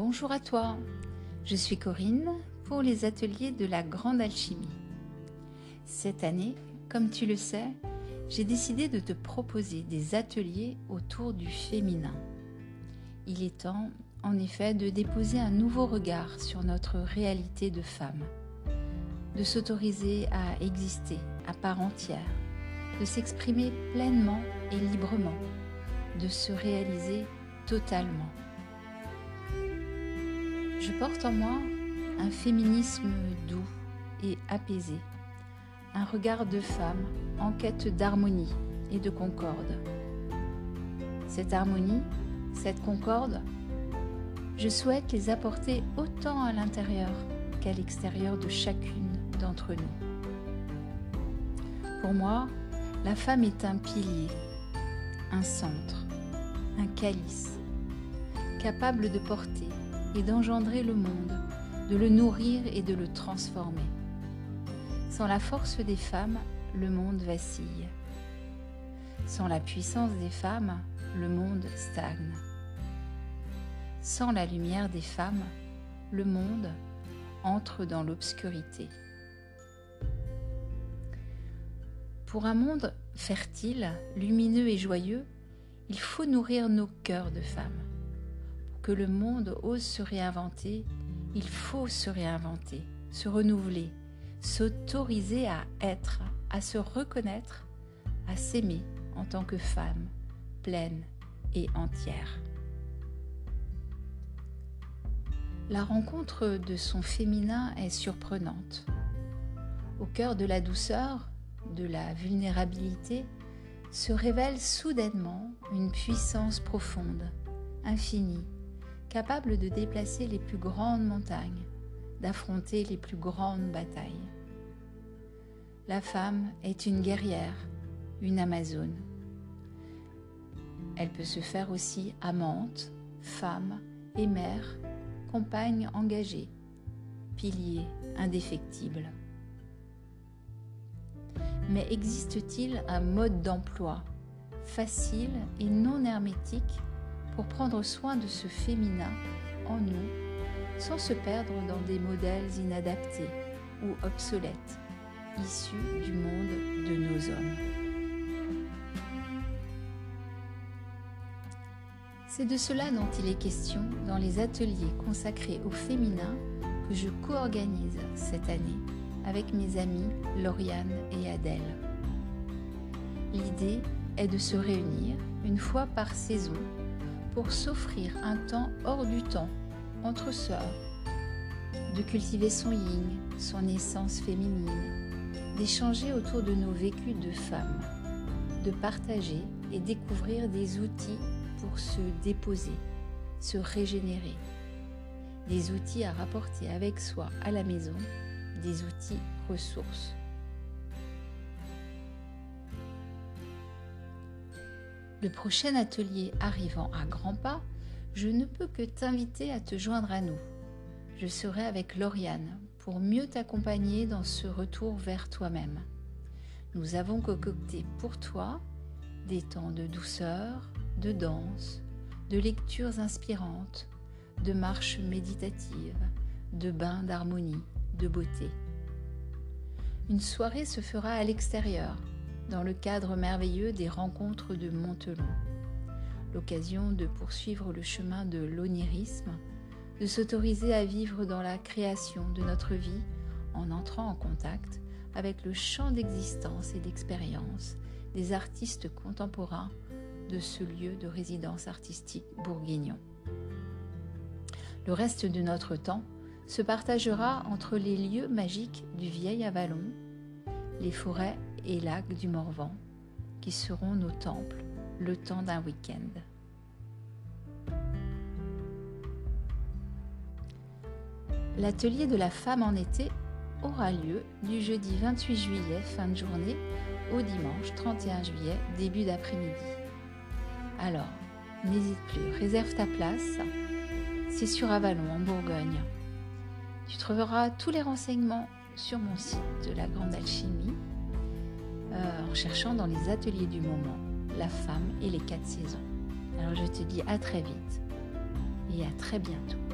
Bonjour à toi, je suis Corinne pour les ateliers de la Grande Alchimie. Cette année, comme tu le sais, j'ai décidé de te proposer des ateliers autour du féminin. Il est temps, en effet, de déposer un nouveau regard sur notre réalité de femme, de s'autoriser à exister à part entière, de s'exprimer pleinement et librement, de se réaliser totalement. Je porte en moi un féminisme doux et apaisé, un regard de femme en quête d'harmonie et de concorde. Cette harmonie, cette concorde, je souhaite les apporter autant à l'intérieur qu'à l'extérieur de chacune d'entre nous. Pour moi, la femme est un pilier, un centre, un calice, capable de porter et d'engendrer le monde, de le nourrir et de le transformer. Sans la force des femmes, le monde vacille. Sans la puissance des femmes, le monde stagne. Sans la lumière des femmes, le monde entre dans l'obscurité. Pour un monde fertile, lumineux et joyeux, il faut nourrir nos cœurs de femmes. Pour que le monde ose se réinventer, il faut se réinventer, se renouveler, s'autoriser à être, à se reconnaître, à s'aimer en tant que femme, pleine et entière. La rencontre de son féminin est surprenante. Au cœur de la douceur, de la vulnérabilité, se révèle soudainement une puissance profonde, infinie, capable de déplacer les plus grandes montagnes, d'affronter les plus grandes batailles. La femme est une guerrière, une amazone. Elle peut se faire aussi amante, femme et mère, compagne engagée, pilier indéfectible. Mais existe-t-il un mode d'emploi facile et non hermétique pour prendre soin de ce féminin en nous sans se perdre dans des modèles inadaptés ou obsolètes, issus du monde de nos hommes? C'est de cela dont il est question dans les ateliers consacrés au féminin que je co-organise cette année avec mes amies Lauriane et Adèle. L'idée est de se réunir une fois par saison pour s'offrir un temps hors du temps, entre sœurs, de cultiver son yin, son essence féminine, d'échanger autour de nos vécus de femmes, de partager et découvrir des outils pour se déposer, se régénérer, des outils à rapporter avec soi à la maison, des outils ressources. Le prochain atelier arrivant à grands pas, je ne peux que t'inviter à te joindre à nous. Je serai avec Lauriane pour mieux t'accompagner dans ce retour vers toi-même. Nous avons concocté pour toi des temps de douceur, de danse, de lectures inspirantes, de marches méditatives, de bains d'harmonie, de beauté. Une soirée se fera à l'extérieur, dans le cadre merveilleux des rencontres de Montelon. L'occasion de poursuivre le chemin de l'onirisme, de s'autoriser à vivre dans la création de notre vie en entrant en contact avec le champ d'existence et d'expérience des artistes contemporains de ce lieu de résidence artistique bourguignon. Le reste de notre temps se partagera entre les lieux magiques du Vieil Avallon, les forêts et lacs du Morvan, qui seront nos temples le temps d'un week-end. L'atelier de la femme en été aura lieu du jeudi 28 juillet, fin de journée, au dimanche 31 juillet, début d'après-midi. Alors, n'hésite plus, réserve ta place, c'est sur Avallon, en Bourgogne. Tu trouveras tous les renseignements sur mon site de la Grande Alchimie en cherchant dans les ateliers du moment, la femme et les 4 saisons. Alors je te dis à très vite et à très bientôt.